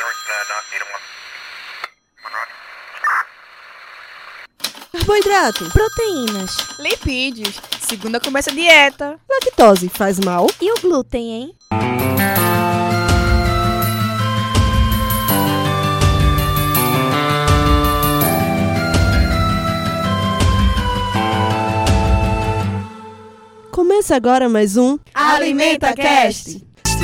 Carboidrato, proteínas, lipídios. Segunda começa a dieta. Lactose faz mal? E o glúten, hein? Começa agora mais um Alimenta Cast.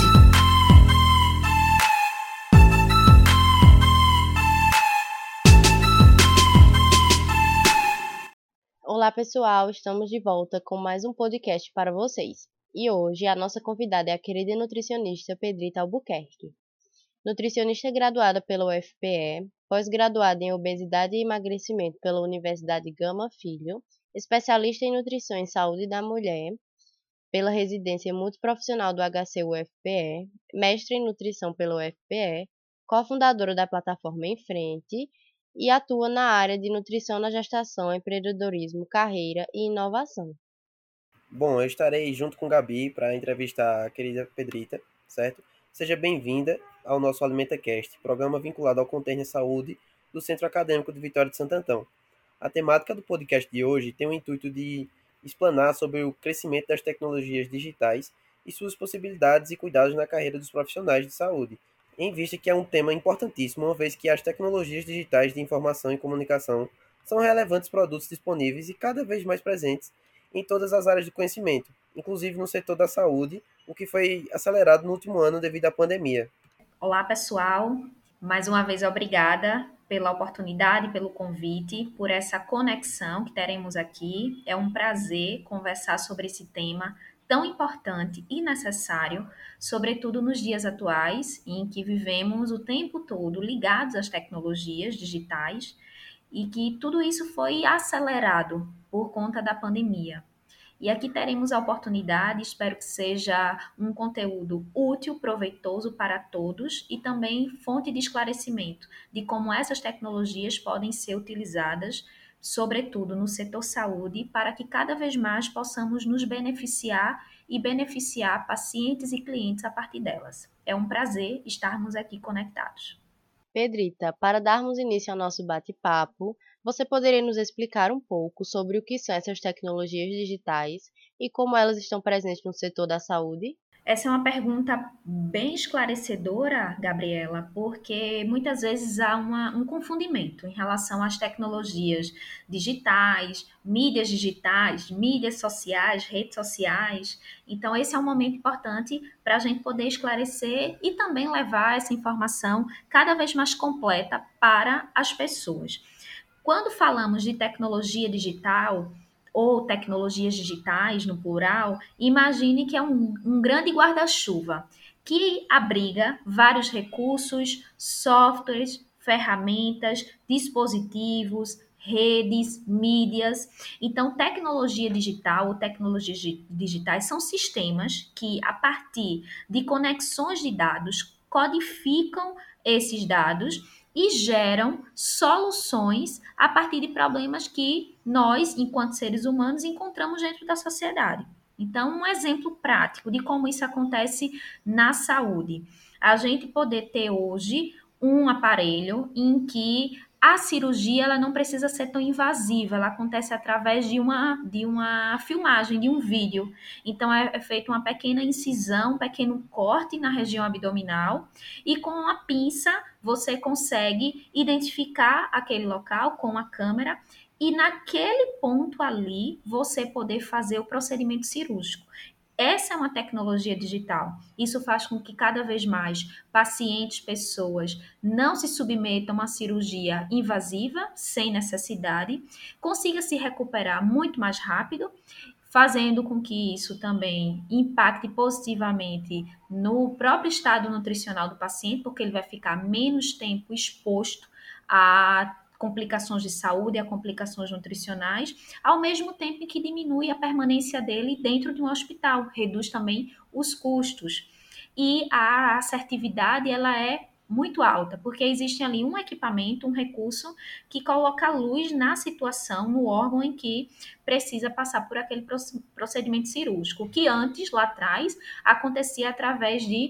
Olá pessoal, estamos de volta com mais um podcast para vocês. E hoje a nossa convidada é a querida nutricionista Pedrita Albuquerque. Nutricionista graduada pela UFPE, pós-graduada em obesidade e emagrecimento pela Universidade Gama Filho, especialista em nutrição e saúde da mulher pela residência multiprofissional do HC-UFPE, mestre em nutrição pela UFPE, cofundadora da plataforma Em Frente e atua na área de nutrição na gestação, empreendedorismo, carreira e inovação. Bom, eu estarei junto com Gabi para entrevistar a querida Pedrita, certo? Seja bem-vinda ao nosso Alimenta Cast, programa vinculado ao Container Saúde do Centro Acadêmico de Vitória de Santo Antão. A temática do podcast de hoje tem o intuito de explanar sobre o crescimento das tecnologias digitais e suas possibilidades e cuidados na carreira dos profissionais de saúde, em vista que é um tema importantíssimo, uma vez que as tecnologias digitais de informação e comunicação são relevantes produtos disponíveis e cada vez mais presentes em todas as áreas do conhecimento, inclusive no setor da saúde, o que foi acelerado no último ano devido à pandemia. Olá, pessoal. Mais uma vez, obrigada pela oportunidade, pelo convite, por essa conexão que teremos aqui. É um prazer conversar sobre esse tema tão importante e necessário, sobretudo nos dias atuais, em que vivemos o tempo todo ligados às tecnologias digitais e que tudo isso foi acelerado por conta da pandemia. E aqui teremos a oportunidade, espero que seja um conteúdo útil, proveitoso para todos e também fonte de esclarecimento de como essas tecnologias podem ser utilizadas, sobretudo no setor saúde, para que cada vez mais possamos nos beneficiar e beneficiar pacientes e clientes a partir delas. É um prazer estarmos aqui conectados. Pedrita, para darmos início ao nosso bate-papo, você poderia nos explicar um pouco sobre o que são essas tecnologias digitais e como elas estão presentes no setor da saúde? Essa é uma pergunta bem esclarecedora, Gabriela, porque muitas vezes há um confundimento em relação às tecnologias digitais, mídias sociais, redes sociais. Então, esse é um momento importante para a gente poder esclarecer e também levar essa informação cada vez mais completa para as pessoas. Quando falamos de tecnologia digital, ou tecnologias digitais, no plural, imagine que é um grande guarda-chuva que abriga vários recursos, softwares, ferramentas, dispositivos, redes, mídias. Então, tecnologia digital ou tecnologias digitais são sistemas que, a partir de conexões de dados, codificam esses dados e geram soluções a partir de problemas que nós, enquanto seres humanos, encontramos dentro da sociedade. Então, um exemplo prático de como isso acontece na saúde. A gente poder ter hoje um aparelho em que a cirurgia ela não precisa ser tão invasiva, ela acontece através de uma filmagem, de um vídeo. Então, é feita uma pequena incisão, um pequeno corte na região abdominal e com uma pinça você consegue identificar aquele local com a câmera e naquele ponto ali você poder fazer o procedimento cirúrgico. Essa é uma tecnologia digital. Isso faz com que cada vez mais pacientes, pessoas não se submetam a uma cirurgia invasiva, sem necessidade, consiga se recuperar muito mais rápido, fazendo com que isso também impacte positivamente no próprio estado nutricional do paciente, porque ele vai ficar menos tempo exposto a complicações de saúde, a complicações nutricionais, ao mesmo tempo que diminui a permanência dele dentro de um hospital, reduz também os custos. E a assertividade, ela é muito alta, porque existe ali um equipamento, um recurso que coloca a luz na situação, no órgão em que precisa passar por aquele procedimento cirúrgico, que antes, lá atrás, acontecia através de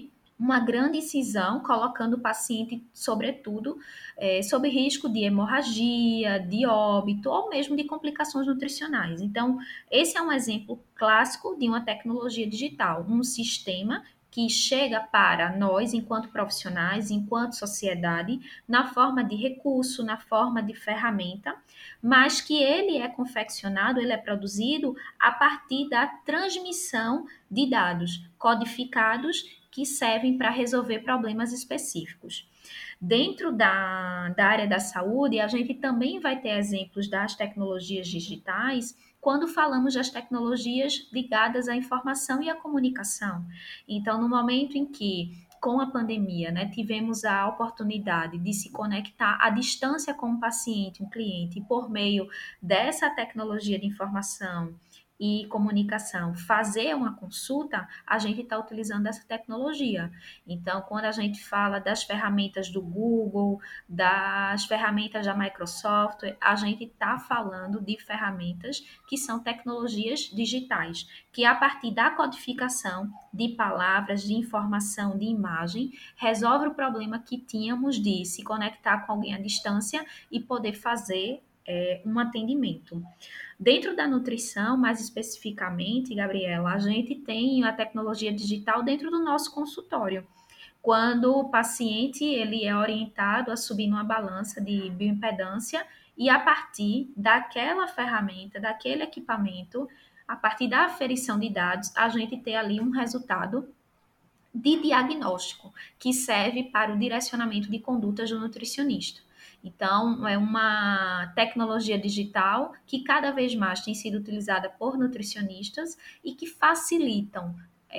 uma grande incisão, colocando o paciente, sobretudo, sob risco de hemorragia, de óbito ou mesmo de complicações nutricionais. Então, esse é um exemplo clássico de uma tecnologia digital, um sistema que chega para nós, enquanto profissionais, enquanto sociedade, na forma de recurso, na forma de ferramenta, mas que ele é confeccionado, ele é produzido a partir da transmissão de dados codificados que servem para resolver problemas específicos. Dentro da área da saúde, a gente também vai ter exemplos das tecnologias digitais quando falamos das tecnologias ligadas à informação e à comunicação. Então, no momento em que, com a pandemia, né, tivemos a oportunidade de se conectar à distância com um paciente, um cliente, e por meio dessa tecnologia de informação e comunicação, fazer uma consulta, a gente está utilizando essa tecnologia. Então, quando a gente fala das ferramentas do Google, das ferramentas da Microsoft, a gente está falando de ferramentas que são tecnologias digitais, que a partir da codificação de palavras, de informação, de imagem, resolve o problema que tínhamos de se conectar com alguém à distância e poder fazer um atendimento. Dentro da nutrição, mais especificamente, Gabriela, a gente tem a tecnologia digital dentro do nosso consultório. Quando o paciente ele é orientado a subir numa balança de bioimpedância e a partir daquela ferramenta, daquele equipamento, a partir da aferição de dados, a gente ter ali um resultado de diagnóstico que serve para o direcionamento de condutas do nutricionista. Então, é uma tecnologia digital que cada vez mais tem sido utilizada por nutricionistas e que facilitam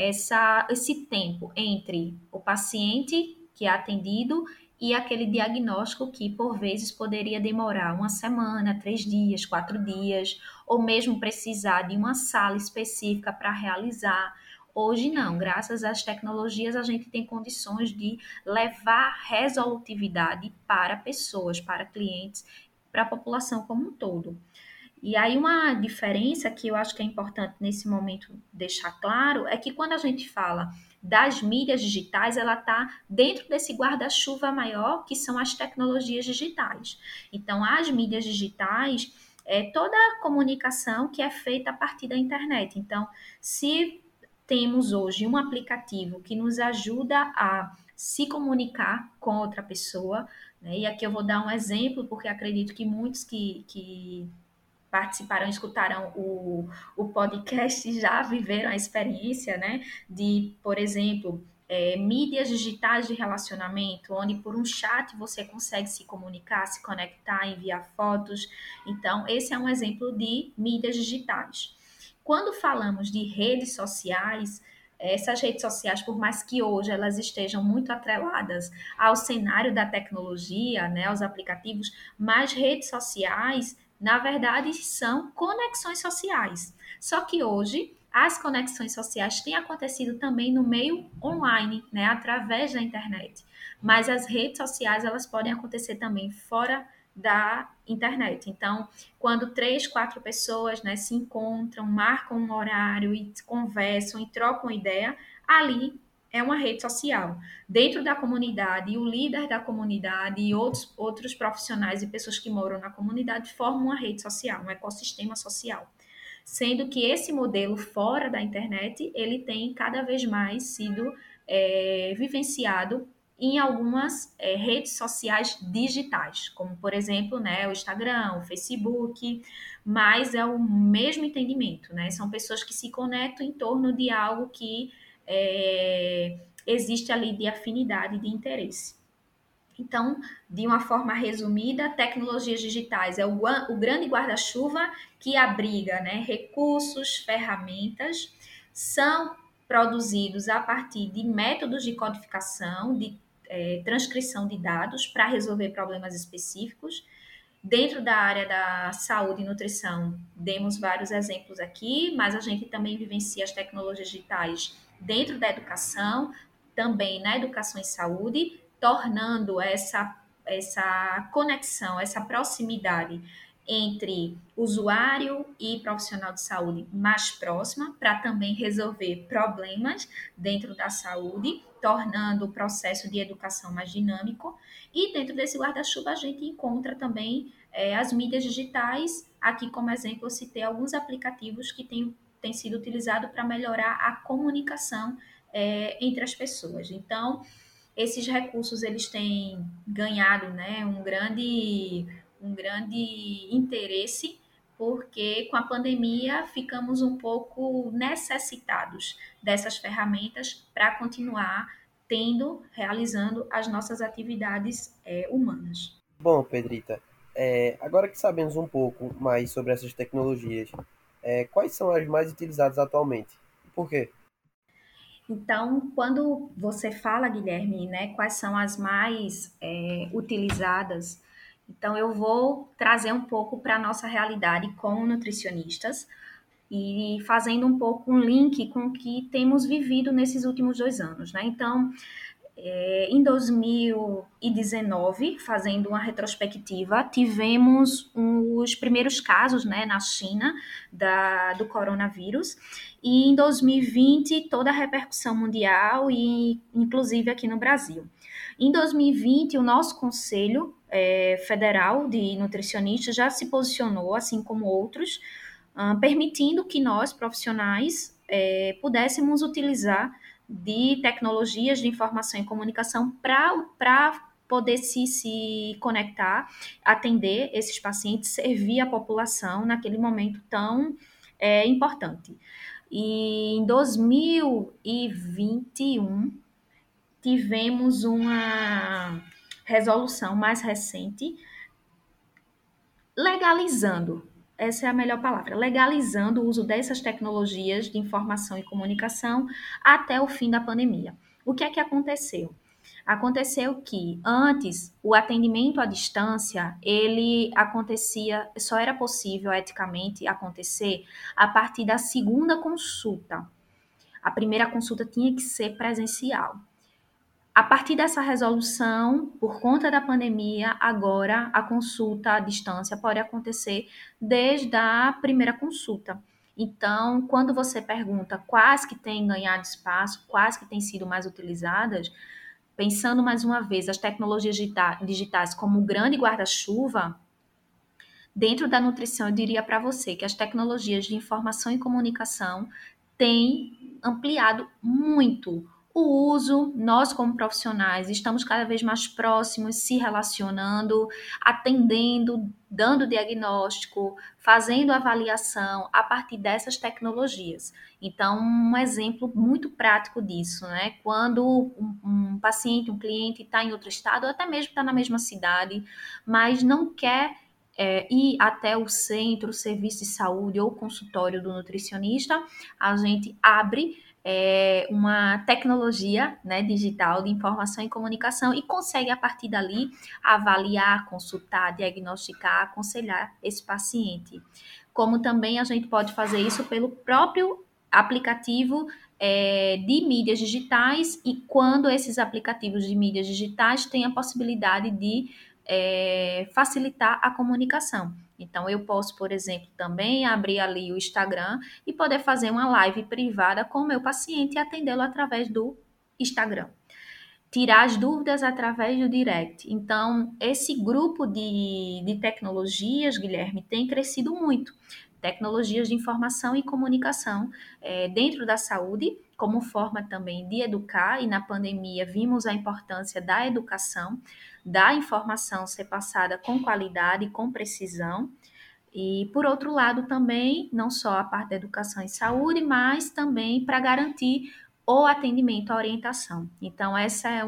esse tempo entre o paciente que é atendido e aquele diagnóstico que, por vezes, poderia demorar uma semana, 3 dias, 4 dias, ou mesmo precisar de uma sala específica para realizar. Hoje não, graças às tecnologias a gente tem condições de levar resolutividade para pessoas, para clientes, para a população como um todo. E aí uma diferença que eu acho que é importante nesse momento deixar claro é que quando a gente fala das mídias digitais, ela está dentro desse guarda-chuva maior que são as tecnologias digitais. Então, as mídias digitais é toda a comunicação que é feita a partir da internet. Então, se temos hoje um aplicativo que nos ajuda a se comunicar com outra pessoa, né? E aqui eu vou dar um exemplo, porque acredito que muitos que participaram, escutaram o podcast já viveram a experiência, né? De, por exemplo, mídias digitais de relacionamento, onde por um chat você consegue se comunicar, se conectar, enviar fotos. Então, esse é um exemplo de mídias digitais. Quando falamos de redes sociais, essas redes sociais, por mais que hoje elas estejam muito atreladas ao cenário da tecnologia, né, aos aplicativos, mas redes sociais, na verdade, são conexões sociais. Só que hoje as conexões sociais têm acontecido também no meio online, né, através da internet. Mas as redes sociais, elas podem acontecer também fora da internet. Então, quando 3, 4 pessoas, né, se encontram, marcam um horário e conversam e trocam ideia, ali é uma rede social. Dentro da comunidade, o líder da comunidade e outros profissionais e pessoas que moram na comunidade formam uma rede social, um ecossistema social. Sendo que esse modelo fora da internet, ele tem cada vez mais sido vivenciado em algumas redes sociais digitais, como, por exemplo, né, o Instagram, o Facebook, mas é o mesmo entendimento, né? São pessoas que se conectam em torno de algo que existe ali de afinidade, de interesse. Então, de uma forma resumida, tecnologias digitais é o grande guarda-chuva que abriga, né, recursos, ferramentas, são produzidos a partir de métodos de codificação, de transcrição de dados para resolver problemas específicos. Dentro da área da saúde e nutrição, demos vários exemplos aqui, mas a gente também vivencia as tecnologias digitais dentro da educação, também na educação e saúde, tornando essa conexão, essa proximidade entre usuário e profissional de saúde mais próxima, para também resolver problemas dentro da saúde, tornando o processo de educação mais dinâmico. E dentro desse guarda-chuva a gente encontra também as mídias digitais. Aqui, como exemplo, eu citei alguns aplicativos que têm sido utilizados para melhorar a comunicação entre as pessoas. Então, esses recursos eles têm ganhado, né, um grande interesse, porque com a pandemia ficamos um pouco necessitados dessas ferramentas para continuar realizando as nossas atividades humanas. Bom, Pedrita, agora que sabemos um pouco mais sobre essas tecnologias, quais são as mais utilizadas atualmente? Por quê? Então, quando você fala, Guilherme, né, quais são as mais utilizadas, então eu vou trazer um pouco para a nossa realidade como nutricionistas e fazendo um pouco um link com o que temos vivido nesses últimos 2 anos, né? Então, em 2019, fazendo uma retrospectiva, tivemos os primeiros casos, né, na China do coronavírus, e em 2020 toda a repercussão mundial e inclusive aqui no Brasil. Em 2020, o nosso Conselho Federal de Nutricionistas já se posicionou, assim como outros, permitindo que nós, profissionais, pudéssemos utilizar de tecnologias de informação e comunicação para poder se conectar, atender esses pacientes, servir a população naquele momento tão importante. E em 2021, tivemos uma resolução mais recente legalizando, essa é a melhor palavra, legalizando o uso dessas tecnologias de informação e comunicação até o fim da pandemia. O que é que aconteceu? Aconteceu que antes o atendimento à distância, ele acontecia, só era possível eticamente acontecer a partir da segunda consulta. A primeira consulta tinha que ser presencial. A partir dessa resolução, por conta da pandemia, agora a consulta à distância pode acontecer desde a primeira consulta. Então, quando você pergunta quais que têm ganhado espaço, quais que têm sido mais utilizadas, pensando mais uma vez as tecnologias digitais como o grande guarda-chuva, dentro da nutrição eu diria para você que as tecnologias de informação e comunicação têm ampliado muito o uso. Nós, como profissionais, estamos cada vez mais próximos, se relacionando, atendendo, dando diagnóstico, fazendo avaliação a partir dessas tecnologias. Então, um exemplo muito prático disso, né? Quando um paciente, um cliente está em outro estado, ou até mesmo está na mesma cidade, mas não quer ir até o centro, o serviço de saúde ou consultório do nutricionista, a gente abre uma tecnologia, né, digital de informação e comunicação e consegue, a partir dali, avaliar, consultar, diagnosticar, aconselhar esse paciente. Como também a gente pode fazer isso pelo próprio aplicativo de mídias digitais, e quando esses aplicativos de mídias digitais têm a possibilidade de facilitar a comunicação. Então, eu posso, por exemplo, também abrir ali o Instagram e poder fazer uma live privada com o meu paciente e atendê-lo através do Instagram. Tirar as dúvidas através do direct. Então, esse grupo de tecnologias, Guilherme, tem crescido muito. Tecnologias de informação e comunicação dentro da saúde, como forma também de educar, e na pandemia vimos a importância da educação, da informação ser passada com qualidade, com precisão. E, por outro lado, também, não só a parte da educação e saúde, mas também para garantir o atendimento à orientação. Então, essa é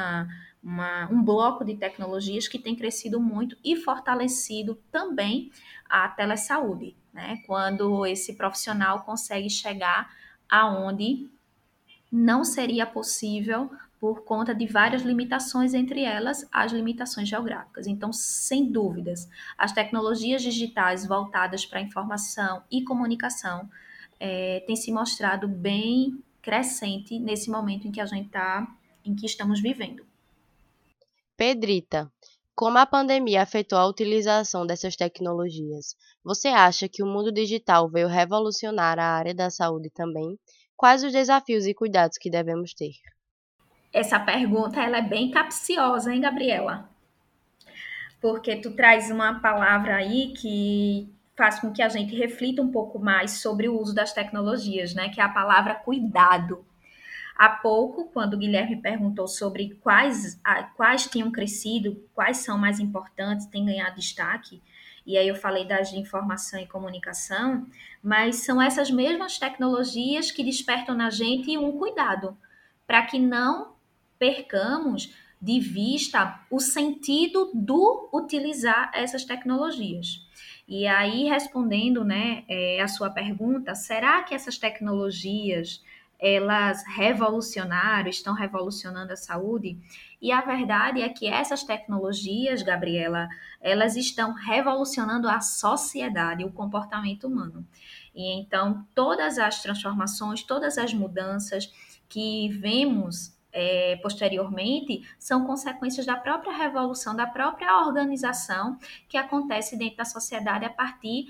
um bloco de tecnologias que tem crescido muito e fortalecido também a telesaúde, né? Quando esse profissional consegue chegar aonde não seria possível por conta de várias limitações, entre elas as limitações geográficas. Então, sem dúvidas, as tecnologias digitais voltadas para informação e comunicação têm se mostrado bem crescente nesse momento em que em que estamos vivendo. Pedrita, Como a pandemia afetou a utilização dessas tecnologias? Você acha que o mundo digital veio revolucionar a área da saúde também? Quais os desafios e cuidados que devemos ter? Essa pergunta ela é bem capciosa, hein, Gabriela? Porque tu traz uma palavra aí que faz com que a gente reflita um pouco mais sobre o uso das tecnologias, né? Que é a palavra cuidado. Há pouco, quando o Guilherme perguntou sobre quais tinham crescido, quais são mais importantes, têm ganhado destaque, e aí eu falei das de informação e comunicação, mas são essas mesmas tecnologias que despertam na gente um cuidado, para que não percamos de vista o sentido do utilizar essas tecnologias. E aí, respondendo, né, a sua pergunta, será que essas tecnologias elas revolucionaram, estão revolucionando a saúde? E a verdade é que essas tecnologias, Gabriela, elas estão revolucionando a sociedade, o comportamento humano. E então, todas as transformações, todas as mudanças que vemos posteriormente são consequências da própria revolução, da própria organização que acontece dentro da sociedade a partir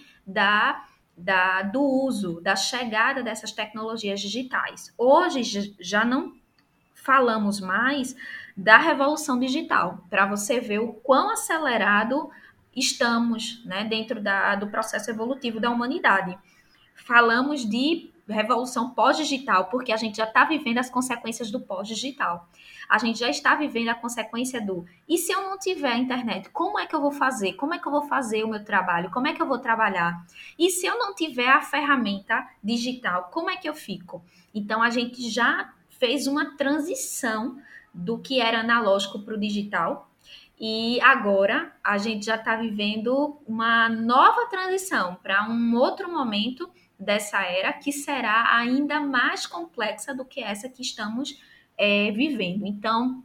do uso, da chegada dessas tecnologias digitais. Hoje já não falamos mais da revolução digital, para você ver o quão acelerado estamos, né, dentro do processo evolutivo da humanidade. Falamos de revolução pós-digital, porque a gente já está vivendo as consequências do pós-digital. A gente já está vivendo a consequência do e se eu não tiver internet, como é que eu vou fazer? Como é que eu vou fazer o meu trabalho? Como é que eu vou trabalhar? E se eu não tiver a ferramenta digital, como é que eu fico? Então, a gente já fez uma transição do que era analógico para o digital, e agora a gente já está vivendo uma nova transição para um outro momento dessa era que será ainda mais complexa do que essa que estamos vivendo. Então,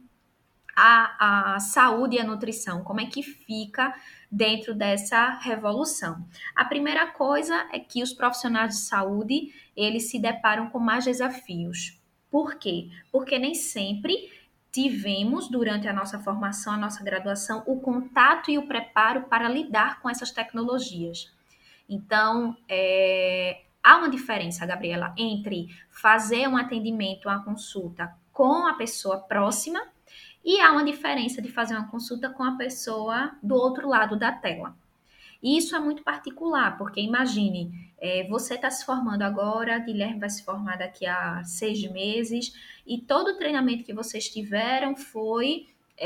a saúde e a nutrição, como é que fica dentro dessa revolução? A primeira coisa é que os profissionais de saúde, eles se deparam com mais desafios. Por quê? Porque nem sempre tivemos, durante a nossa formação, a nossa graduação, o contato e o preparo para lidar com essas tecnologias. Então, há uma diferença, Gabriela, entre fazer um atendimento, uma consulta com a pessoa próxima e há uma diferença de fazer uma consulta com a pessoa do outro lado da tela. E isso é muito particular, porque imagine, você está se formando agora, Guilherme vai se formar daqui a 6 meses, e todo o treinamento que vocês tiveram foi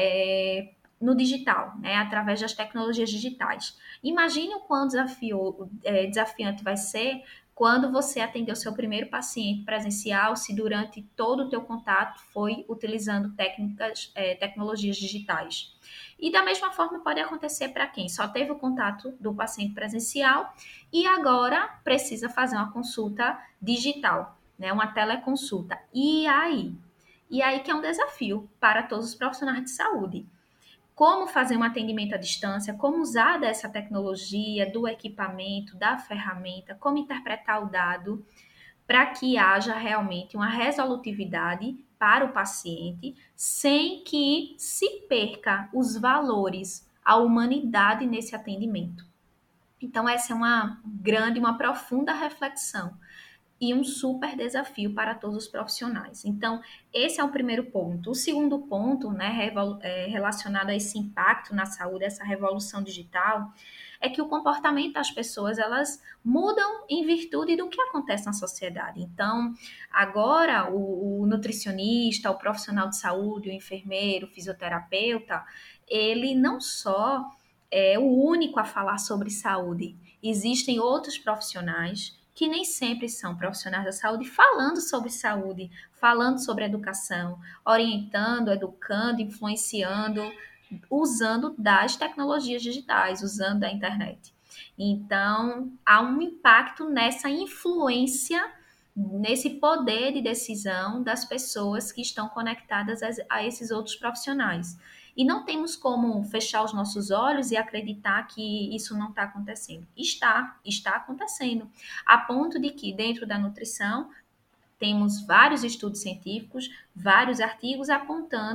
no digital, né, através das tecnologias digitais. Imagine o quão desafiante vai ser quando você atendeu o seu primeiro paciente presencial, se durante todo o teu contato foi utilizando tecnologias digitais. E da mesma forma pode acontecer para quem só teve o contato do paciente presencial e agora precisa fazer uma consulta digital, né, uma teleconsulta. E aí? E aí que é um desafio para todos os profissionais de saúde. Como fazer um atendimento à distância, como usar dessa tecnologia, do equipamento, da ferramenta, como interpretar o dado para que haja realmente uma resolutividade para o paciente, sem que se perca os valores, a humanidade nesse atendimento. Então, essa é uma grande, uma profunda reflexão e um super desafio para todos os profissionais. Então, esse é o primeiro ponto. O segundo ponto, né, relacionado a esse impacto na saúde, essa revolução digital, é que o comportamento das pessoas, elas mudam em virtude do que acontece na sociedade. Então, agora, o nutricionista, o profissional de saúde, o enfermeiro, o fisioterapeuta, ele não só é o único a falar sobre saúde. Existem outros profissionais que nem sempre são profissionais da saúde, falando sobre saúde, falando sobre educação, orientando, educando, influenciando, usando das tecnologias digitais, usando a internet. Então, há um impacto nessa influência, nesse poder de decisão das pessoas que estão conectadas a esses outros profissionais. E não temos como fechar os nossos olhos e acreditar que isso não está acontecendo. Está acontecendo. A ponto de que, dentro da nutrição, temos vários estudos científicos, vários artigos apontando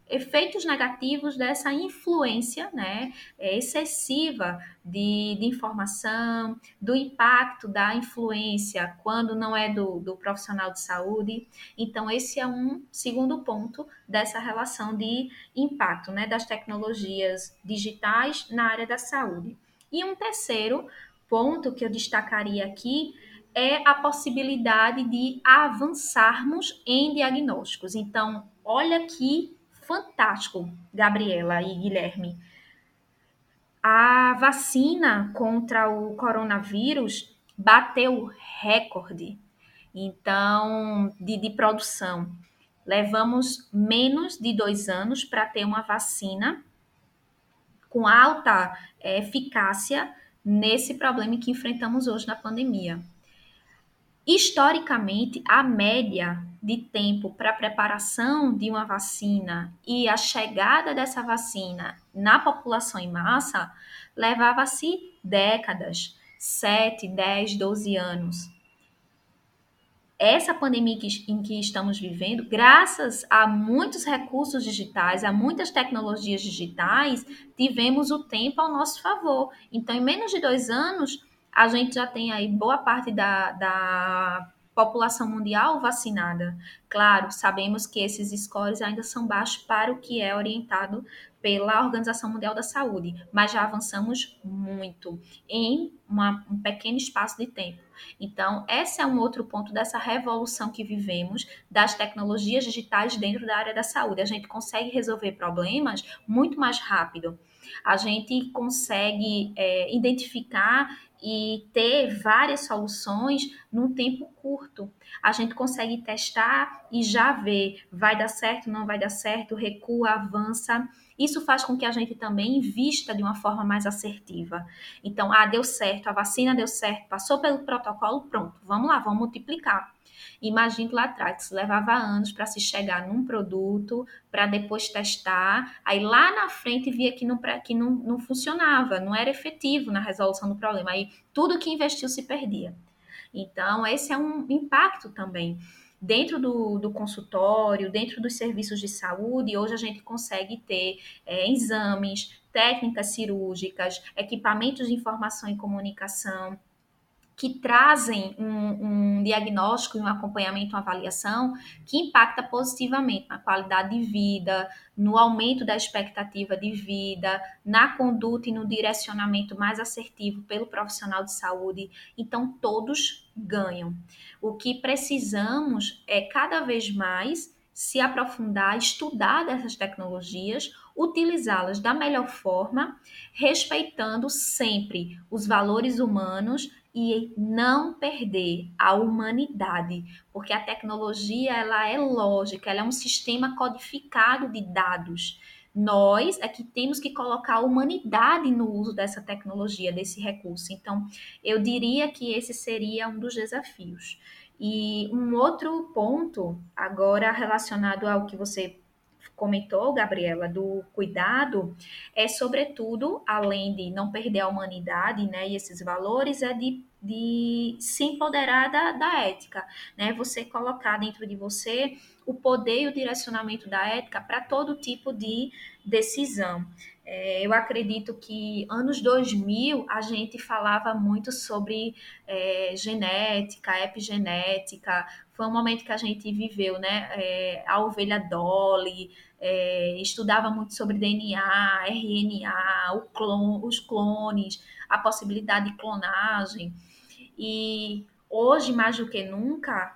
efeitos negativos dessa influência, né, excessiva de informação, do impacto da influência quando não é do profissional de saúde. Então, esse é um segundo ponto dessa relação de impacto, né, das tecnologias digitais na área da saúde. E um terceiro ponto que eu destacaria aqui é a possibilidade de avançarmos em diagnósticos. Então, olha que fantástico, Gabriela e Guilherme. A vacina contra o coronavírus bateu recorde, então, de produção. Levamos menos de 2 anos para ter uma vacina com alta eficácia nesse problema que enfrentamos hoje na pandemia. Historicamente, a média de tempo para a preparação de uma vacina e a chegada dessa vacina na população em massa levava-se décadas, 7, 10, 12 anos. Essa pandemia em que estamos vivendo, graças a muitos recursos digitais, a muitas tecnologias digitais, tivemos o tempo ao nosso favor. Então, em menos de 2 anos, a gente já tem aí boa parte da população mundial vacinada. Claro, sabemos que esses scores ainda são baixos para o que é orientado pela Organização Mundial da Saúde, mas já avançamos muito em um pequeno espaço de tempo. Então, esse é um outro ponto dessa revolução que vivemos das tecnologias digitais dentro da área da saúde. A gente consegue resolver problemas muito mais rápido. A gente consegue identificar e ter várias soluções num tempo curto. A gente consegue testar e já ver, vai dar certo, não vai dar certo, recua, avança. Isso faz com que a gente também invista de uma forma mais assertiva. Então, deu certo, a vacina deu certo, passou pelo protocolo, pronto, vamos lá, vamos multiplicar. Imagine lá atrás, levava anos para se chegar num produto, para depois testar, aí lá na frente via que não funcionava, não era efetivo na resolução do problema, aí tudo que investiu se perdia. Então, esse é um impacto também. Dentro do consultório, dentro dos serviços de saúde, hoje a gente consegue ter exames, técnicas cirúrgicas, equipamentos de informação e comunicação, que trazem um diagnóstico e um acompanhamento, uma avaliação que impacta positivamente na qualidade de vida, no aumento da expectativa de vida, na conduta e no direcionamento mais assertivo pelo profissional de saúde. Então, todos ganham. O que precisamos é cada vez mais se aprofundar, estudar dessas tecnologias, utilizá-las da melhor forma, respeitando sempre os valores humanos e não perder a humanidade, porque a tecnologia ela é lógica, ela é um sistema codificado de dados. Nós é que temos que colocar a humanidade no uso dessa tecnologia, desse recurso. Então, eu diria que esse seria um dos desafios. E um outro ponto, agora relacionado ao que você comentou, Gabriela, do cuidado, é sobretudo, além de não perder a humanidade, né, e esses valores, é de se empoderar da ética, né, você colocar dentro de você o poder e o direcionamento da ética para todo tipo de decisão. Eu acredito que anos 2000 a gente falava muito sobre genética, epigenética, foi um momento que a gente viveu, né? A ovelha Dolly, estudava muito sobre DNA, RNA, os clones, a possibilidade de clonagem. E hoje, mais do que nunca,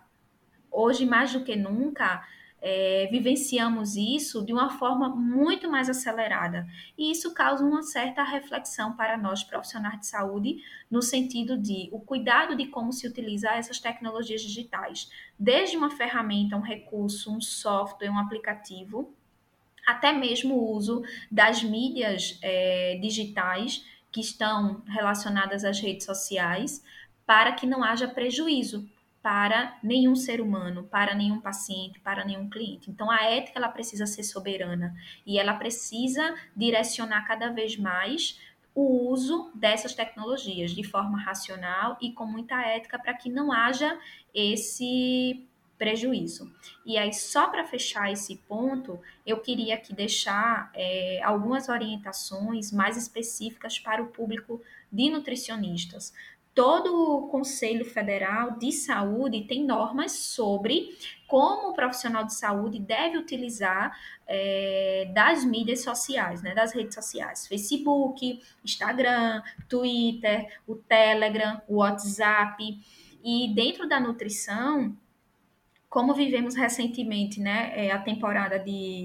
vivenciamos isso de uma forma muito mais acelerada. E isso causa uma certa reflexão para nós, profissionais de saúde, no sentido de o cuidado de como se utilizar essas tecnologias digitais. Desde uma ferramenta, um recurso, um software, um aplicativo, até mesmo o uso das mídias digitais que estão relacionadas às redes sociais, para que não haja prejuízo para nenhum ser humano, para nenhum paciente, para nenhum cliente. Então, a ética ela precisa ser soberana e ela precisa direcionar cada vez mais o uso dessas tecnologias de forma racional e com muita ética para que não haja esse prejuízo. E aí, só para fechar esse ponto, eu queria aqui deixar algumas orientações mais específicas para o público de nutricionistas. Todo o Conselho Federal de Saúde tem normas sobre como o profissional de saúde deve utilizar das mídias sociais, né, das redes sociais, Facebook, Instagram, Twitter, o Telegram, o WhatsApp. E dentro da nutrição, como vivemos recentemente, né, a temporada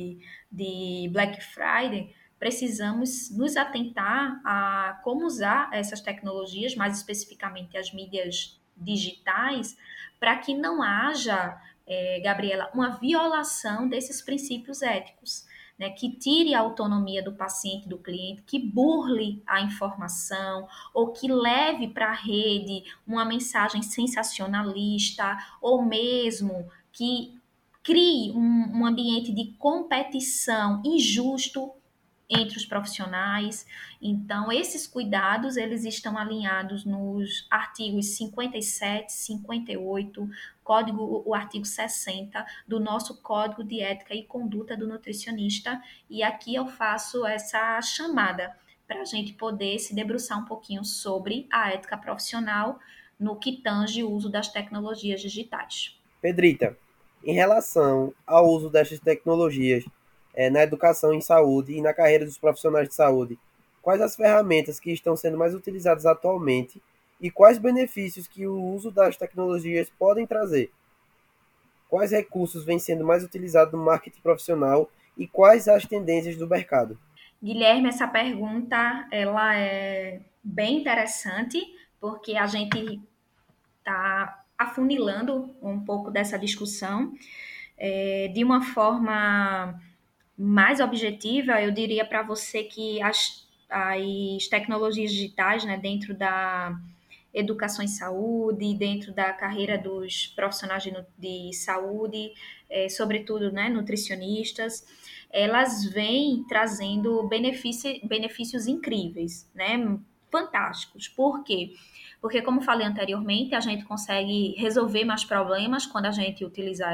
de Black Friday, precisamos nos atentar a como usar essas tecnologias, mais especificamente as mídias digitais, para que não haja, Gabriela, uma violação desses princípios éticos, né, que tire a autonomia do paciente, do cliente, que burle a informação ou que leve para a rede uma mensagem sensacionalista ou mesmo que crie um ambiente de competição injusto entre os profissionais. Então, esses cuidados, eles estão alinhados nos artigos 57, 58, o artigo 60 do nosso Código de Ética e Conduta do Nutricionista. E aqui eu faço essa chamada para a gente poder se debruçar um pouquinho sobre a ética profissional no que tange o uso das tecnologias digitais. Pedrita, em relação ao uso destas tecnologias na educação em saúde e na carreira dos profissionais de saúde, quais as ferramentas que estão sendo mais utilizadas atualmente e quais benefícios que o uso das tecnologias podem trazer? Quais recursos vêm sendo mais utilizados no marketing profissional e quais as tendências do mercado? Guilherme, essa pergunta ela é bem interessante, porque a gente está afunilando um pouco dessa discussão de uma forma mais objetiva. Eu diria para você que as tecnologias digitais, né, dentro da educação em saúde, dentro da carreira dos profissionais de saúde, sobretudo, né, nutricionistas, elas vêm trazendo benefícios incríveis, né, fantásticos. Por quê? Porque, como falei anteriormente, a gente consegue resolver mais problemas quando a gente utiliza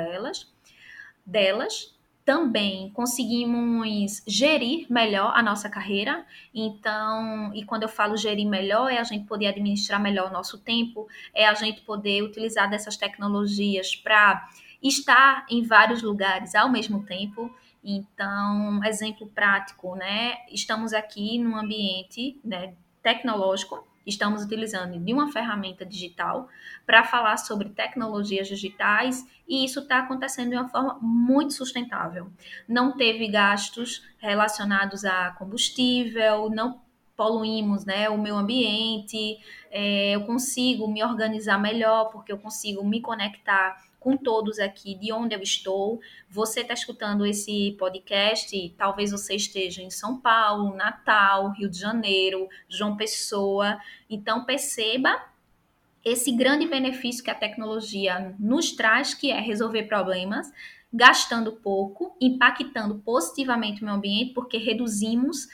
delas. Também conseguimos gerir melhor a nossa carreira. Então, e quando eu falo gerir melhor, é a gente poder administrar melhor o nosso tempo, é a gente poder utilizar dessas tecnologias para estar em vários lugares ao mesmo tempo. Então, exemplo prático, né? Estamos aqui num ambiente, né, tecnológico, estamos utilizando de uma ferramenta digital para falar sobre tecnologias digitais e isso está acontecendo de uma forma muito sustentável. Não teve gastos relacionados a combustível, não poluímos, né, o meio ambiente, eu consigo me organizar melhor porque eu consigo me conectar com todos aqui de onde eu estou. Você está escutando esse podcast, talvez você esteja em São Paulo, Natal, Rio de Janeiro, João Pessoa. Então, perceba esse grande benefício que a tecnologia nos traz, que é resolver problemas, gastando pouco, impactando positivamente o meio ambiente, porque reduzimos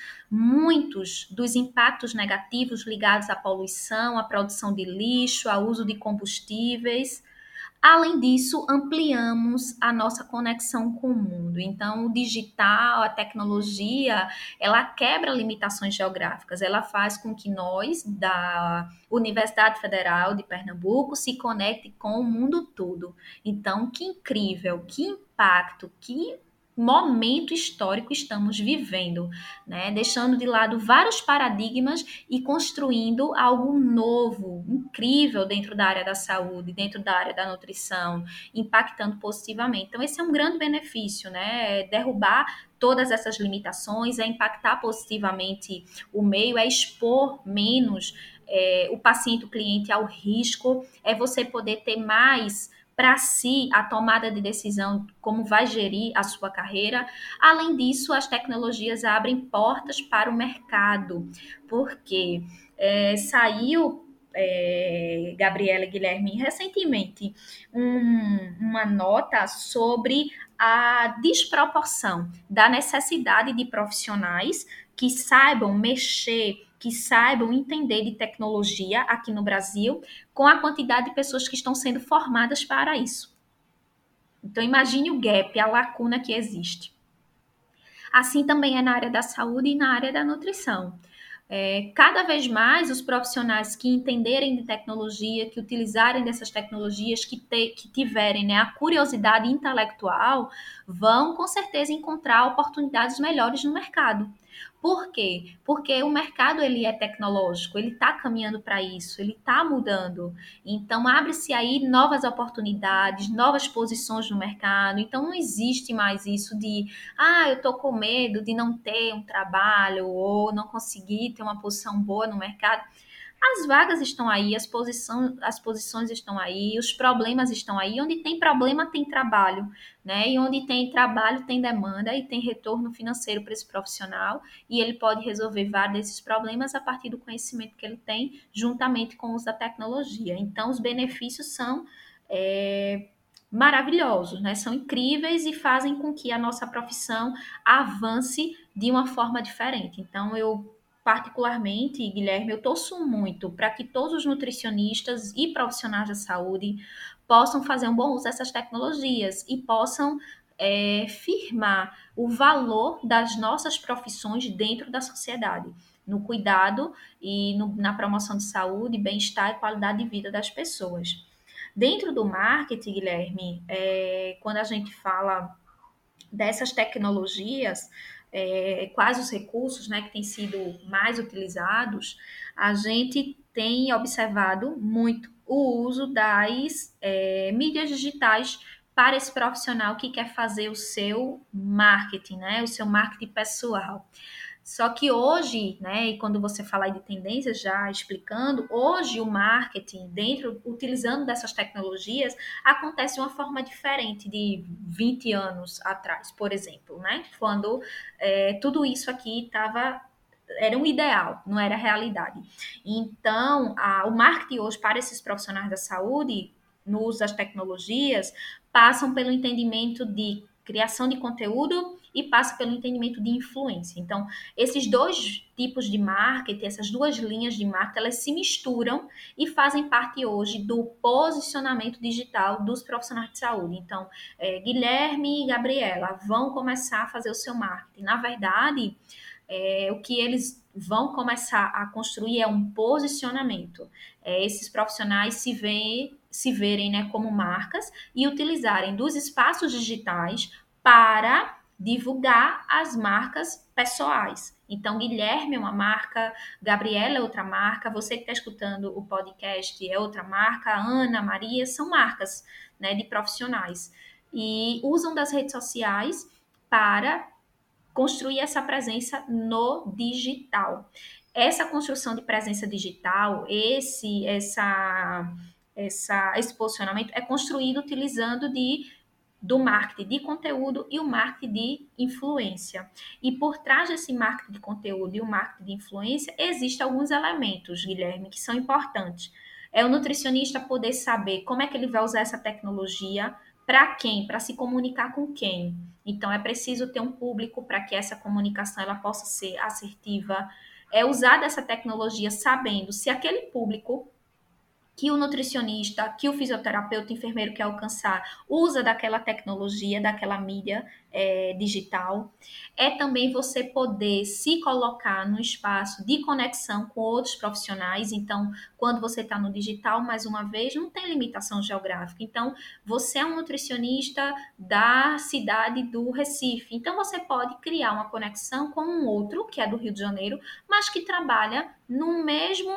muitos dos impactos negativos ligados à poluição, à produção de lixo, ao uso de combustíveis. Além disso, ampliamos a nossa conexão com o mundo. Então, o digital, a tecnologia, ela quebra limitações geográficas. Ela faz com que nós, da Universidade Federal de Pernambuco, se conecte com o mundo todo. Então, que incrível, que impacto, que momento histórico estamos vivendo, né? Deixando de lado vários paradigmas e construindo algo novo, incrível dentro da área da saúde, dentro da área da nutrição, impactando positivamente. Então, esse é um grande benefício, né? É derrubar todas essas limitações, é impactar positivamente o meio, é expor menos o paciente, o cliente ao risco, é você poder ter mais para si a tomada de decisão, como vai gerir a sua carreira. Além disso, as tecnologias abrem portas para o mercado, porque saiu, Gabriela e Guilherme, recentemente, uma nota sobre a desproporção da necessidade de profissionais que saibam mexer, que saibam entender de tecnologia aqui no Brasil, com a quantidade de pessoas que estão sendo formadas para isso. Então, imagine o gap, a lacuna que existe. Assim também é na área da saúde e na área da nutrição. Cada vez mais os profissionais que entenderem de tecnologia, que utilizarem dessas tecnologias, que tiverem, né, a curiosidade intelectual, vão com certeza encontrar oportunidades melhores no mercado. Por quê? Porque o mercado ele é tecnológico, ele está caminhando para isso, ele está mudando. Então abre-se aí novas oportunidades, novas posições no mercado. Então não existe mais isso de eu estou com medo de não ter um trabalho ou não conseguir ter uma posição boa no mercado. As vagas estão aí, as posições estão aí, os problemas estão aí. Onde tem problema, tem trabalho, né? E onde tem trabalho, tem demanda e tem retorno financeiro para esse profissional. E ele pode resolver vários desses problemas a partir do conhecimento que ele tem, juntamente com o uso da tecnologia. Então, os benefícios são maravilhosos, né? São incríveis e fazem com que a nossa profissão avance de uma forma diferente. Então, eu particularmente, Guilherme, eu torço muito para que todos os nutricionistas e profissionais da saúde possam fazer um bom uso dessas tecnologias e possam firmar o valor das nossas profissões dentro da sociedade, no cuidado e na promoção de saúde, bem-estar e qualidade de vida das pessoas. Dentro do marketing, Guilherme, quando a gente fala dessas tecnologias, quais os recursos, né, que têm sido mais utilizados, a gente tem observado muito o uso das mídias digitais para esse profissional que quer fazer o seu marketing, né, o seu marketing pessoal. Só que hoje, né, e quando você falar de tendências, já explicando, hoje o marketing, utilizando dessas tecnologias, acontece de uma forma diferente de 20 anos atrás, por exemplo, né? Quando tudo isso aqui era um ideal, não era realidade. Então, o marketing hoje para esses profissionais da saúde, no uso das tecnologias, passam pelo entendimento de criação de conteúdo e passa pelo entendimento de influência. Então, esses dois tipos de marketing, essas duas linhas de marketing, elas se misturam e fazem parte hoje do posicionamento digital dos profissionais de saúde. Então, Guilherme e Gabriela vão começar a fazer o seu marketing. Na verdade, o que eles vão começar a construir é um posicionamento. Esses profissionais se verem, né, como marcas e utilizarem dos espaços digitais para divulgar as marcas pessoais. Então, Guilherme é uma marca, Gabriela é outra marca, você que está escutando o podcast é outra marca, Ana, Maria, são marcas, né, de profissionais. E usam das redes sociais para construir essa presença no digital. Essa construção de presença digital, esse posicionamento é construído utilizando do marketing de conteúdo e o marketing de influência. E por trás desse marketing de conteúdo e o marketing de influência, existem alguns elementos, Guilherme, que são importantes. É o nutricionista poder saber como é que ele vai usar essa tecnologia, para quem, para se comunicar com quem. Então, é preciso ter um público para que essa comunicação ela possa ser assertiva. É usar dessa tecnologia sabendo se aquele público que o nutricionista, que o fisioterapeuta, enfermeiro quer alcançar, usa daquela tecnologia, daquela mídia digital. É também você poder se colocar no espaço de conexão com outros profissionais. Então, quando você está no digital, mais uma vez, não tem limitação geográfica. Então, você é um nutricionista da cidade do Recife. Então, você pode criar uma conexão com um outro, que é do Rio de Janeiro, mas que trabalha no mesmo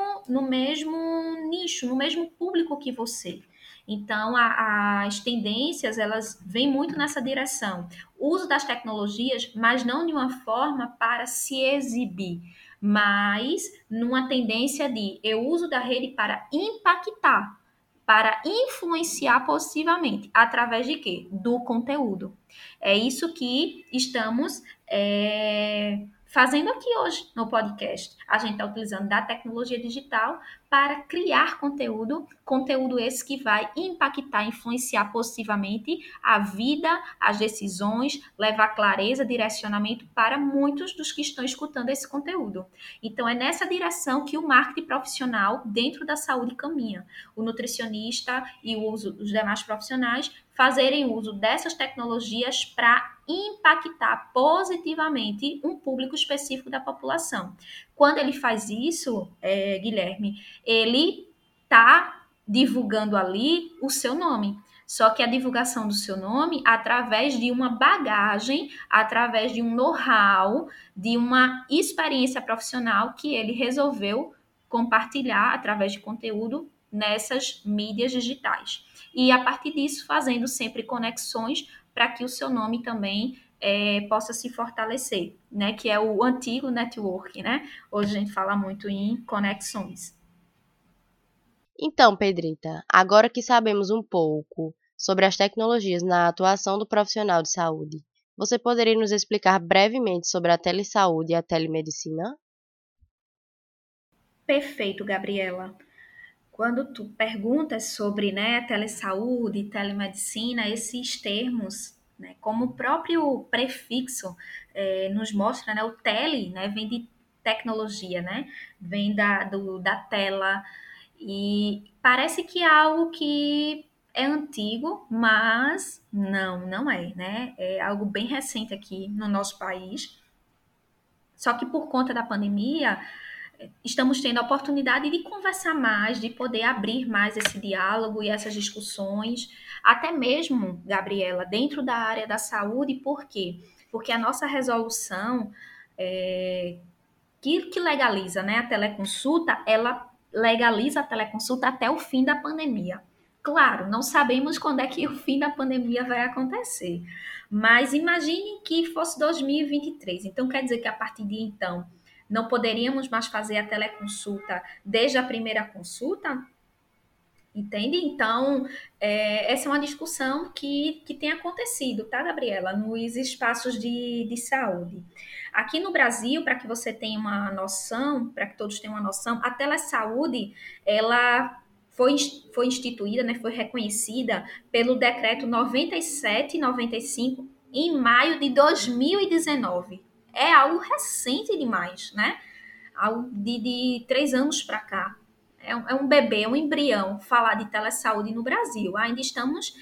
nicho, no mesmo público que você. Então, as tendências, elas vêm muito nessa direção. O uso das tecnologias, mas não de uma forma para se exibir, mas numa tendência de eu uso da rede para impactar, para influenciar positivamente. Através de quê? Do conteúdo. É isso que estamos fazendo aqui hoje no podcast. A gente está utilizando da tecnologia digital para criar conteúdo esse que vai impactar, influenciar positivamente a vida, as decisões, levar clareza, direcionamento para muitos dos que estão escutando esse conteúdo. Então, é nessa direção que o marketing profissional dentro da saúde caminha. O nutricionista e os demais profissionais fazerem uso dessas tecnologias para impactar positivamente um público específico da população. Quando ele faz isso, Guilherme, ele está divulgando ali o seu nome. Só que a divulgação do seu nome através de uma bagagem, através de um know-how, de uma experiência profissional que ele resolveu compartilhar através de conteúdo nessas mídias digitais. E a partir disso, fazendo sempre conexões para que o seu nome também possa se fortalecer, né? Que é o antigo network, né? Hoje a gente fala muito em conexões. Então, Pedrita, agora que sabemos um pouco sobre as tecnologias na atuação do profissional de saúde, você poderia nos explicar brevemente sobre a telesaúde e a telemedicina? Perfeito, Gabriela. Quando tu perguntas sobre, né, telesaúde, telemedicina, esses termos, né, como o próprio prefixo nos mostra, né, o tele, né, vem de tecnologia, né, vem da tela, e parece que é algo que é antigo, mas não é, né, é algo bem recente aqui no nosso país. Só que por conta da pandemia, estamos tendo a oportunidade de conversar mais, de poder abrir mais esse diálogo e essas discussões, até mesmo, Gabriela, dentro da área da saúde. Por quê? Porque a nossa resolução que legaliza, né, a teleconsulta, ela legaliza a teleconsulta até o fim da pandemia. Claro, não sabemos quando é que o fim da pandemia vai acontecer, mas imagine que fosse 2023. Então, quer dizer que a partir de então não poderíamos mais fazer a teleconsulta desde a primeira consulta? Entende? Então, essa é uma discussão que tem acontecido, tá, Gabriela? Nos espaços de saúde. Aqui no Brasil, para que você tenha uma noção, para que todos tenham uma noção, a telesaúde, ela foi instituída, né, foi reconhecida pelo decreto 97/95 em maio de 2019. É algo recente demais, né? Algo de 3 anos para cá. É um bebê, um embrião falar de telesaúde no Brasil. Ainda estamos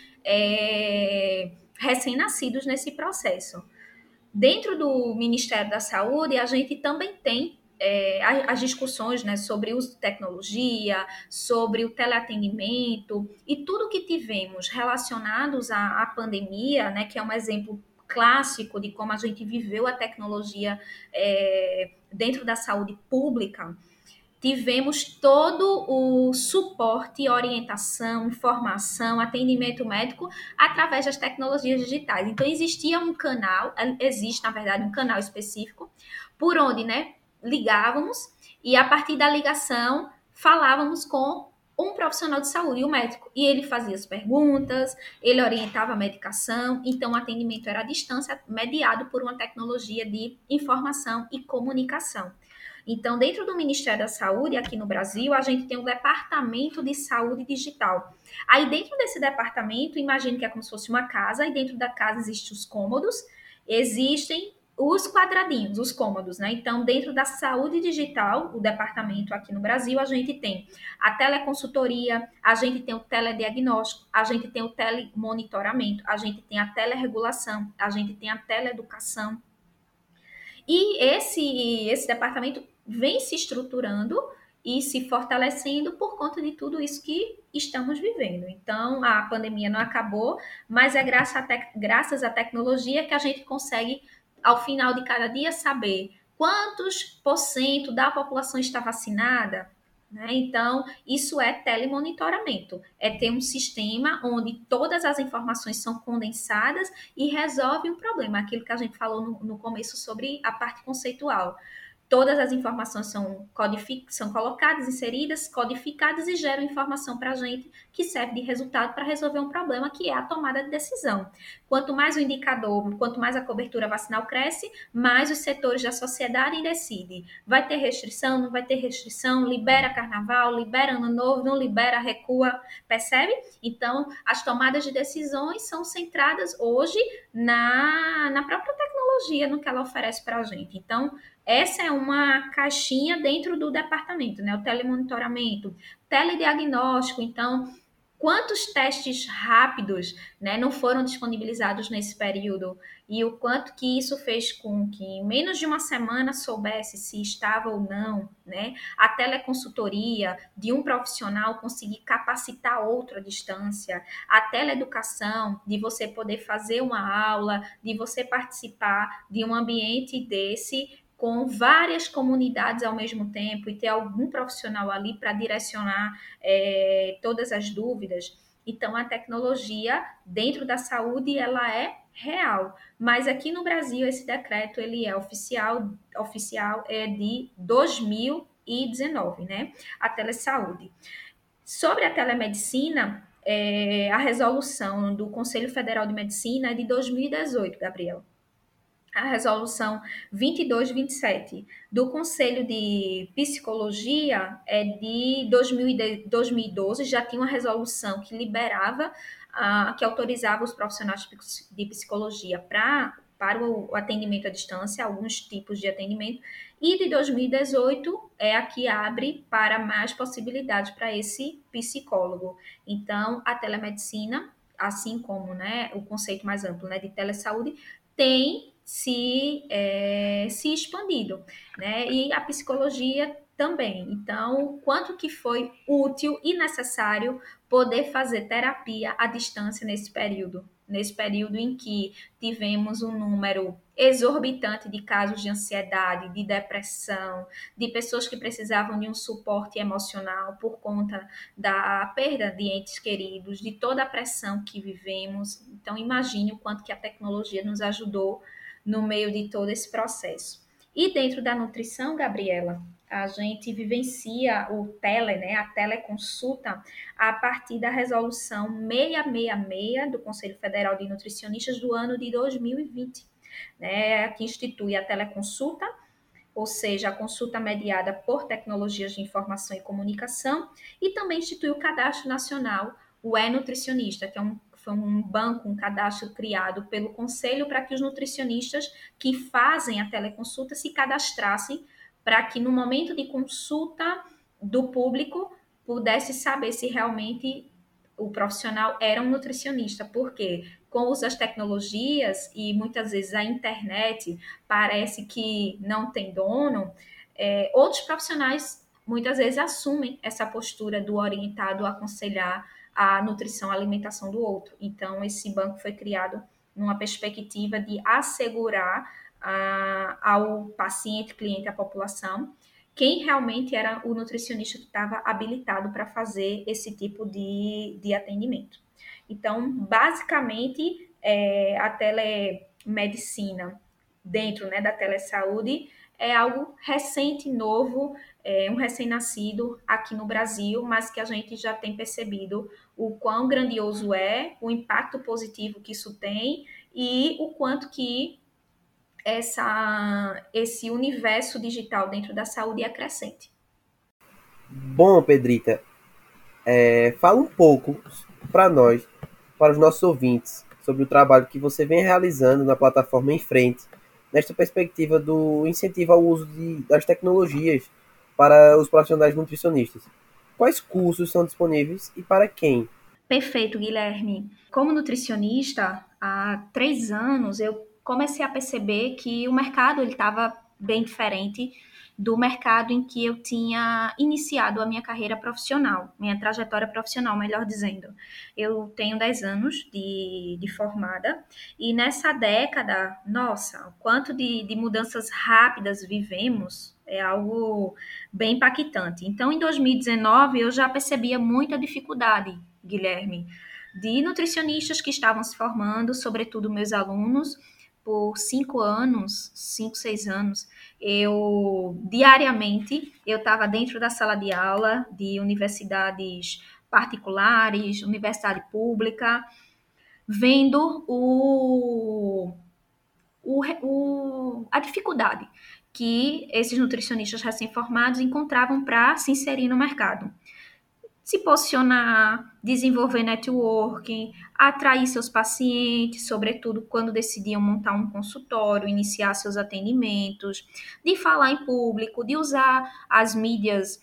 recém-nascidos nesse processo. Dentro do Ministério da Saúde, a gente também tem as discussões, né, sobre o uso de tecnologia, sobre o teleatendimento e tudo que tivemos relacionados à pandemia, né, que é um exemplo clássico de como a gente viveu a tecnologia dentro da saúde pública. Tivemos todo o suporte, orientação, informação, atendimento médico através das tecnologias digitais. Então, existia um canal, existe, na verdade, um canal específico, por onde, né, ligávamos e, a partir da ligação, falávamos com um profissional de saúde, o médico. E ele fazia as perguntas, ele orientava a medicação, então o atendimento era à distância, mediado por uma tecnologia de informação e comunicação. Então, dentro do Ministério da Saúde, aqui no Brasil, a gente tem um departamento de saúde digital. Aí, dentro desse departamento, imagine que é como se fosse uma casa, e dentro da casa existem os cômodos, existem os quadradinhos, os cômodos, né? Então, dentro da saúde digital, o departamento aqui no Brasil, a gente tem a teleconsultoria, a gente tem o telediagnóstico, a gente tem o telemonitoramento, a gente tem a teleregulação, a gente tem a teleeducação. E esse departamento vem se estruturando e se fortalecendo por conta de tudo isso que estamos vivendo. Então, a pandemia não acabou, mas é graças à tecnologia que a gente consegue, ao final de cada dia, saber quantos por cento da população está vacinada, né? Então, isso é telemonitoramento. É ter um sistema onde todas as informações são condensadas e resolve um problema. Aquilo que a gente falou no começo sobre a parte conceitual. todas as informações são colocadas, inseridas, codificadas e geram informação para a gente que serve de resultado para resolver um problema que é a tomada de decisão. Quanto mais o indicador, quanto mais a cobertura vacinal cresce, mais os setores da sociedade decidem. Vai ter restrição, não vai ter restrição, libera carnaval, libera ano novo, não libera, recua, percebe? Então, as tomadas de decisões são centradas hoje na própria tecnologia, no que ela oferece para a gente. Então, essa é uma caixinha dentro do departamento, né? O telemonitoramento, telediagnóstico. Então, quantos testes rápidos, né, não foram disponibilizados nesse período e o quanto que isso fez com que em menos de uma semana soubesse se estava ou não, né? A teleconsultoria de um profissional conseguir capacitar outro à distância, a teleeducação de você poder fazer uma aula, de você participar de um ambiente desse com várias comunidades ao mesmo tempo e ter algum profissional ali para direcionar todas as dúvidas. Então, a tecnologia dentro da saúde, ela é real. Mas aqui no Brasil, esse decreto, ele é oficial é de 2019, né? A telesaúde. Sobre a telemedicina, a resolução do Conselho Federal de Medicina é de 2018, Gabriel. A resolução 2227 do Conselho de Psicologia é de 2012, já tinha uma resolução que liberava, que autorizava os profissionais de psicologia para o atendimento à distância, alguns tipos de atendimento, e de 2018 é a que abre para mais possibilidades para esse psicólogo. Então, a telemedicina, assim como, né, o conceito mais amplo, né, de telesaúde, tem se expandido, né? E a psicologia também. Então, quanto que foi útil e necessário poder fazer terapia à distância nesse período em que tivemos um número exorbitante de casos de ansiedade, de depressão, de pessoas que precisavam de um suporte emocional por conta da perda de entes queridos, de toda a pressão que vivemos. Então, imagine o quanto que a tecnologia nos ajudou no meio de todo esse processo. E dentro da nutrição, Gabriela, a gente vivencia a teleconsulta, a partir da resolução 666 do Conselho Federal de Nutricionistas do ano de 2020, né, que institui a teleconsulta, ou seja, a consulta mediada por tecnologias de informação e comunicação, e também institui o Cadastro Nacional, o E-Nutricionista, que foi um banco, um cadastro criado pelo Conselho para que os nutricionistas que fazem a teleconsulta se cadastrassem para que no momento de consulta do público pudesse saber se realmente o profissional era um nutricionista, porque com o uso das tecnologias e muitas vezes a internet parece que não tem dono, outros profissionais muitas vezes assumem essa postura do orientado a aconselhar a nutrição, a alimentação do outro. Então, esse banco foi criado numa perspectiva de assegurar ao paciente, cliente, à população, quem realmente era o nutricionista que estava habilitado para fazer esse tipo de atendimento. Então, basicamente, a telemedicina dentro, né, da telesaúde é algo recente, novo, um recém-nascido aqui no Brasil, mas que a gente já tem percebido o quão grandioso é, o impacto positivo que isso tem e o quanto que esse universo digital dentro da saúde é crescente. Bom, Pedrita, fala um pouco para nós, para os nossos ouvintes, sobre o trabalho que você vem realizando na plataforma Em Frente, nesta perspectiva do incentivo ao uso das tecnologias para os profissionais nutricionistas. Quais cursos são disponíveis e para quem? Perfeito, Guilherme. Como nutricionista, há 3 anos eu comecei a perceber que o mercado estava bem diferente do mercado em que eu tinha iniciado a minha carreira profissional, minha trajetória profissional, melhor dizendo. Eu tenho 10 anos de formada e nessa década, nossa, o quanto de mudanças rápidas vivemos é algo bem impactante. Então, em 2019, eu já percebia muita dificuldade, Guilherme, de nutricionistas que estavam se formando, sobretudo meus alunos, por 5 anos, 5, 6 anos, diariamente, eu estava dentro da sala de aula de universidades particulares, universidade pública, vendo a dificuldade que esses nutricionistas recém-formados encontravam para se inserir no mercado. Se posicionar, desenvolver networking, atrair seus pacientes, sobretudo quando decidiam montar um consultório, iniciar seus atendimentos, de falar em público, de usar as mídias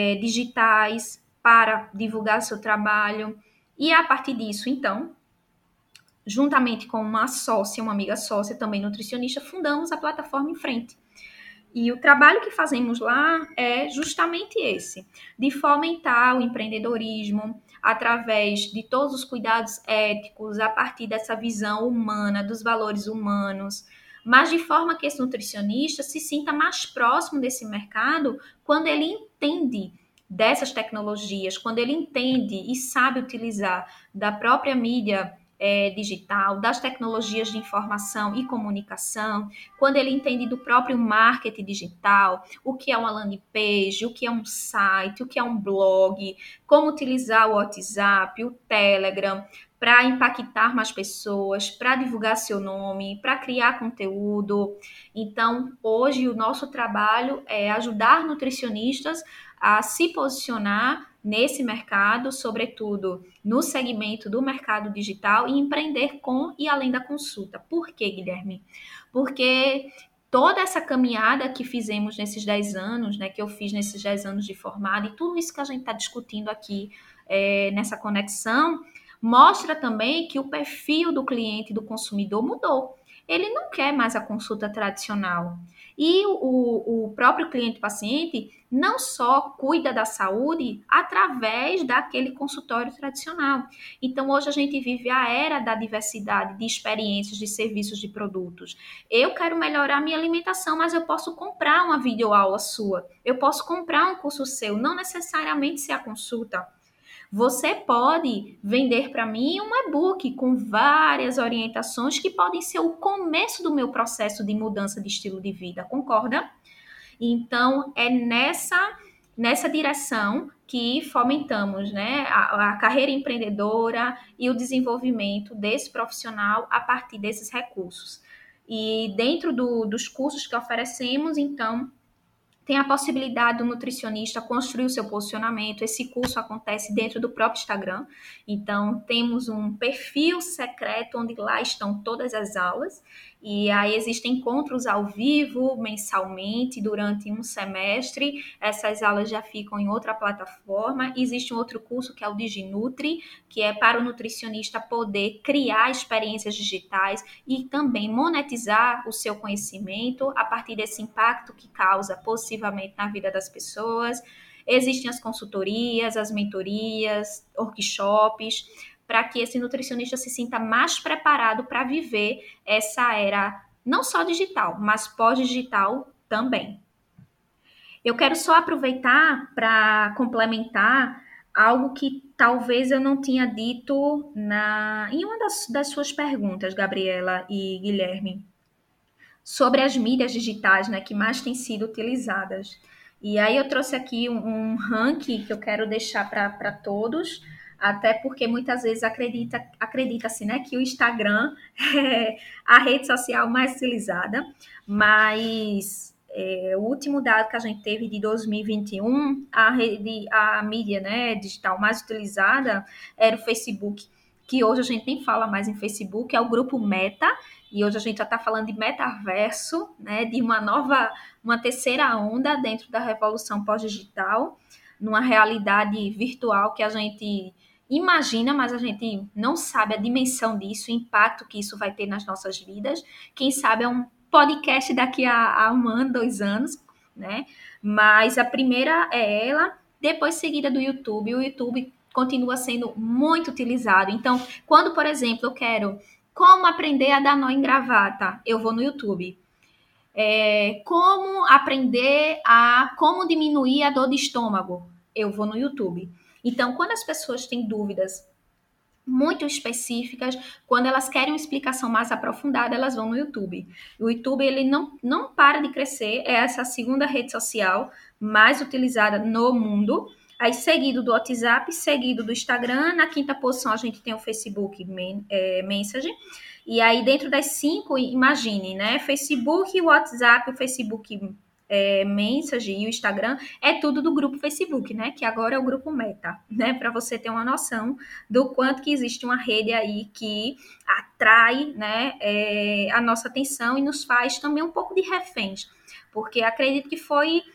digitais para divulgar seu trabalho. E a partir disso, então, juntamente com uma amiga sócia, também nutricionista, fundamos a plataforma Em Frente. E o trabalho que fazemos lá é justamente esse, de fomentar o empreendedorismo através de todos os cuidados éticos, a partir dessa visão humana, dos valores humanos, mas de forma que esse nutricionista se sinta mais próximo desse mercado quando ele entende dessas tecnologias, quando ele entende e sabe utilizar da própria mídia digital, das tecnologias de informação e comunicação, quando ele entende do próprio marketing digital, o que é uma landing page, o que é um site, o que é um blog, como utilizar o WhatsApp, o Telegram, para impactar mais pessoas, para divulgar seu nome, para criar conteúdo. Então, hoje o nosso trabalho é ajudar nutricionistas a se posicionar nesse mercado, sobretudo no segmento do mercado digital, e empreender com e além da consulta. Por quê, Guilherme? Porque toda essa caminhada que fizemos nesses 10 anos, né, que eu fiz nesses 10 anos de formada, e tudo isso que a gente está discutindo aqui nessa conexão, mostra também que o perfil do cliente, do consumidor mudou. Ele não quer mais a consulta tradicional. E o próprio cliente-paciente não só cuida da saúde através daquele consultório tradicional. Então, hoje a gente vive a era da diversidade de experiências, de serviços, de produtos. Eu quero melhorar minha alimentação, mas eu posso comprar uma videoaula sua. Eu posso comprar um curso seu, não necessariamente ser a consulta. Você pode vender para mim um e-book com várias orientações que podem ser o começo do meu processo de mudança de estilo de vida, concorda? Então, é nessa direção que fomentamos, né, a carreira empreendedora e o desenvolvimento desse profissional a partir desses recursos. E dentro dos cursos que oferecemos, então, tem a possibilidade do nutricionista construir o seu posicionamento. Esse curso acontece dentro do próprio Instagram. Então, temos um perfil secreto onde lá estão todas as aulas. E aí existem encontros ao vivo, mensalmente, durante um semestre. Essas aulas já ficam em outra plataforma. Existe um outro curso que é o DigiNutri, que é para o nutricionista poder criar experiências digitais e também monetizar o seu conhecimento a partir desse impacto que causa possivelmente na vida das pessoas. Existem as consultorias, as mentorias, workshops, para que esse nutricionista se sinta mais preparado para viver essa era não só digital, mas pós-digital também. Eu quero só aproveitar para complementar algo que talvez eu não tinha dito em uma das suas perguntas, Gabriela e Guilherme, sobre as mídias digitais, né, que mais têm sido utilizadas. E aí eu trouxe aqui um ranking que eu quero deixar para todos, até porque muitas vezes acredita-se, né, que o Instagram é a rede social mais utilizada, mas o último dado que a gente teve de 2021, a mídia, né, digital mais utilizada era o Facebook, que hoje a gente nem fala mais em Facebook, é o grupo Meta, e hoje a gente já está falando de metaverso, né, de uma terceira onda dentro da revolução pós-digital, numa realidade virtual que a gente imagina, mas a gente não sabe a dimensão disso, o impacto que isso vai ter nas nossas vidas. Quem sabe é um podcast daqui a 1 ano, 2 anos, né? Mas a primeira é ela, depois seguida do YouTube. O YouTube continua sendo muito utilizado. Então, quando, por exemplo, eu quero como aprender a dar nó em gravata, eu vou no YouTube. Como aprender como diminuir a dor de estômago, eu vou no YouTube. Então, quando as pessoas têm dúvidas muito específicas. Quando elas querem uma explicação mais aprofundada, elas vão no YouTube. O YouTube, ele não para de crescer, é essa segunda rede social mais utilizada no mundo. Aí, seguido do WhatsApp, seguido do Instagram. Na quinta posição, a gente tem o Facebook Messenger. E aí, dentro das 5, imagine, né? Facebook, WhatsApp, o Facebook Messenger e o Instagram, é tudo do grupo Facebook, né? Que agora é o grupo Meta, né? Para você ter uma noção do quanto que existe uma rede aí que atrai, né, a nossa atenção e nos faz também um pouco de reféns. Porque acredito que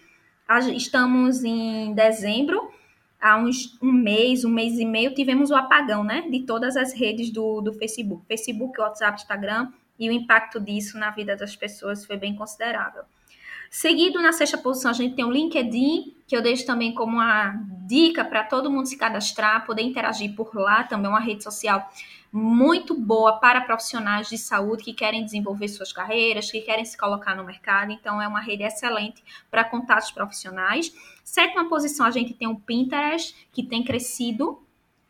estamos em dezembro, há um mês e meio, tivemos o apagão, né? De todas as redes do Facebook. Facebook, WhatsApp, Instagram, e o impacto disso na vida das pessoas foi bem considerável. Seguido, na sexta posição, a gente tem o LinkedIn, que eu deixo também como uma dica para todo mundo se cadastrar, poder interagir por lá, também uma rede social muito boa para profissionais de saúde que querem desenvolver suas carreiras, que querem se colocar no mercado, então é uma rede excelente para contatos profissionais. Sétima posição, a gente tem o Pinterest, que tem crescido.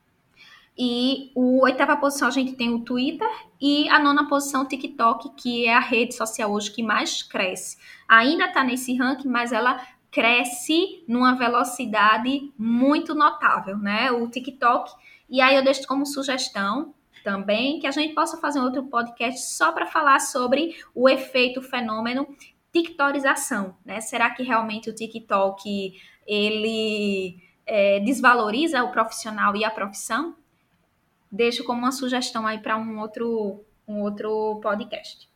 E a oitava posição a gente tem o Twitter e a nona posição o TikTok, que é a rede social hoje que mais cresce. Ainda está nesse ranking, mas ela cresce numa velocidade muito notável, né? O TikTok. E aí eu deixo como sugestão também que a gente possa fazer um outro podcast só para falar sobre o efeito, o fenômeno TikTokização, né? Será que realmente o TikTok ele desvaloriza o profissional e a profissão? Deixo como uma sugestão aí para um outro podcast.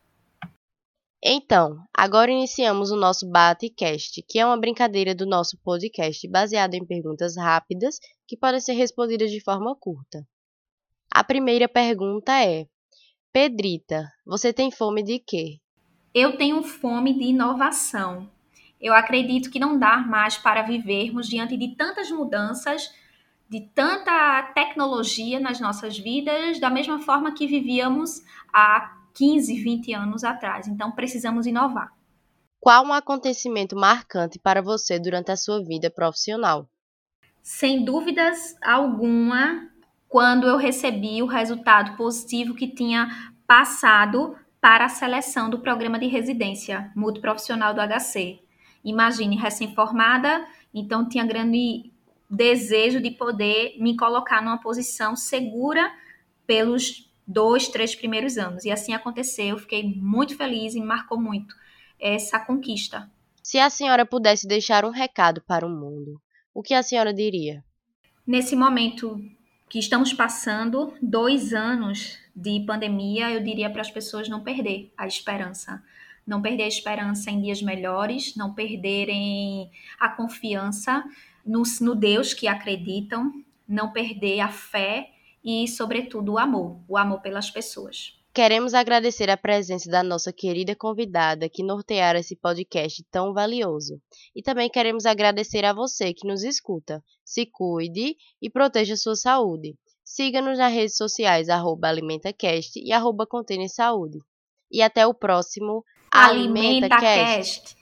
Então, agora iniciamos o nosso BateCast, que é uma brincadeira do nosso podcast baseado em perguntas rápidas que podem ser respondidas de forma curta. A primeira pergunta é: Pedrita, você tem fome de quê? Eu tenho fome de inovação. Eu acredito que não dá mais para vivermos diante de tantas mudanças, de tanta tecnologia nas nossas vidas, da mesma forma que vivíamos há 15, 20 anos atrás. Então, precisamos inovar. Qual um acontecimento marcante para você durante a sua vida profissional? Sem dúvidas alguma, quando eu recebi o resultado positivo que tinha passado para a seleção do programa de residência multiprofissional do HC. Imagine, recém-formada, então tinha grande desejo de poder me colocar numa posição segura pelos 2, 3 primeiros anos. E assim aconteceu, eu fiquei muito feliz e me marcou muito essa conquista. Se a senhora pudesse deixar um recado para o mundo, o que a senhora diria? Nesse momento que estamos passando, 2 anos de pandemia, eu diria para as pessoas não perder a esperança. Não perder a esperança em dias melhores, não perderem a confiança no Deus que acreditam, não perder a fé e, sobretudo, o amor pelas pessoas. Queremos agradecer a presença da nossa querida convidada que norteara esse podcast tão valioso. E também queremos agradecer a você que nos escuta. Se cuide e proteja sua saúde. Siga-nos nas redes sociais @AlimentaCast e @ContainerSaúde. E até o próximo AlimentaCast!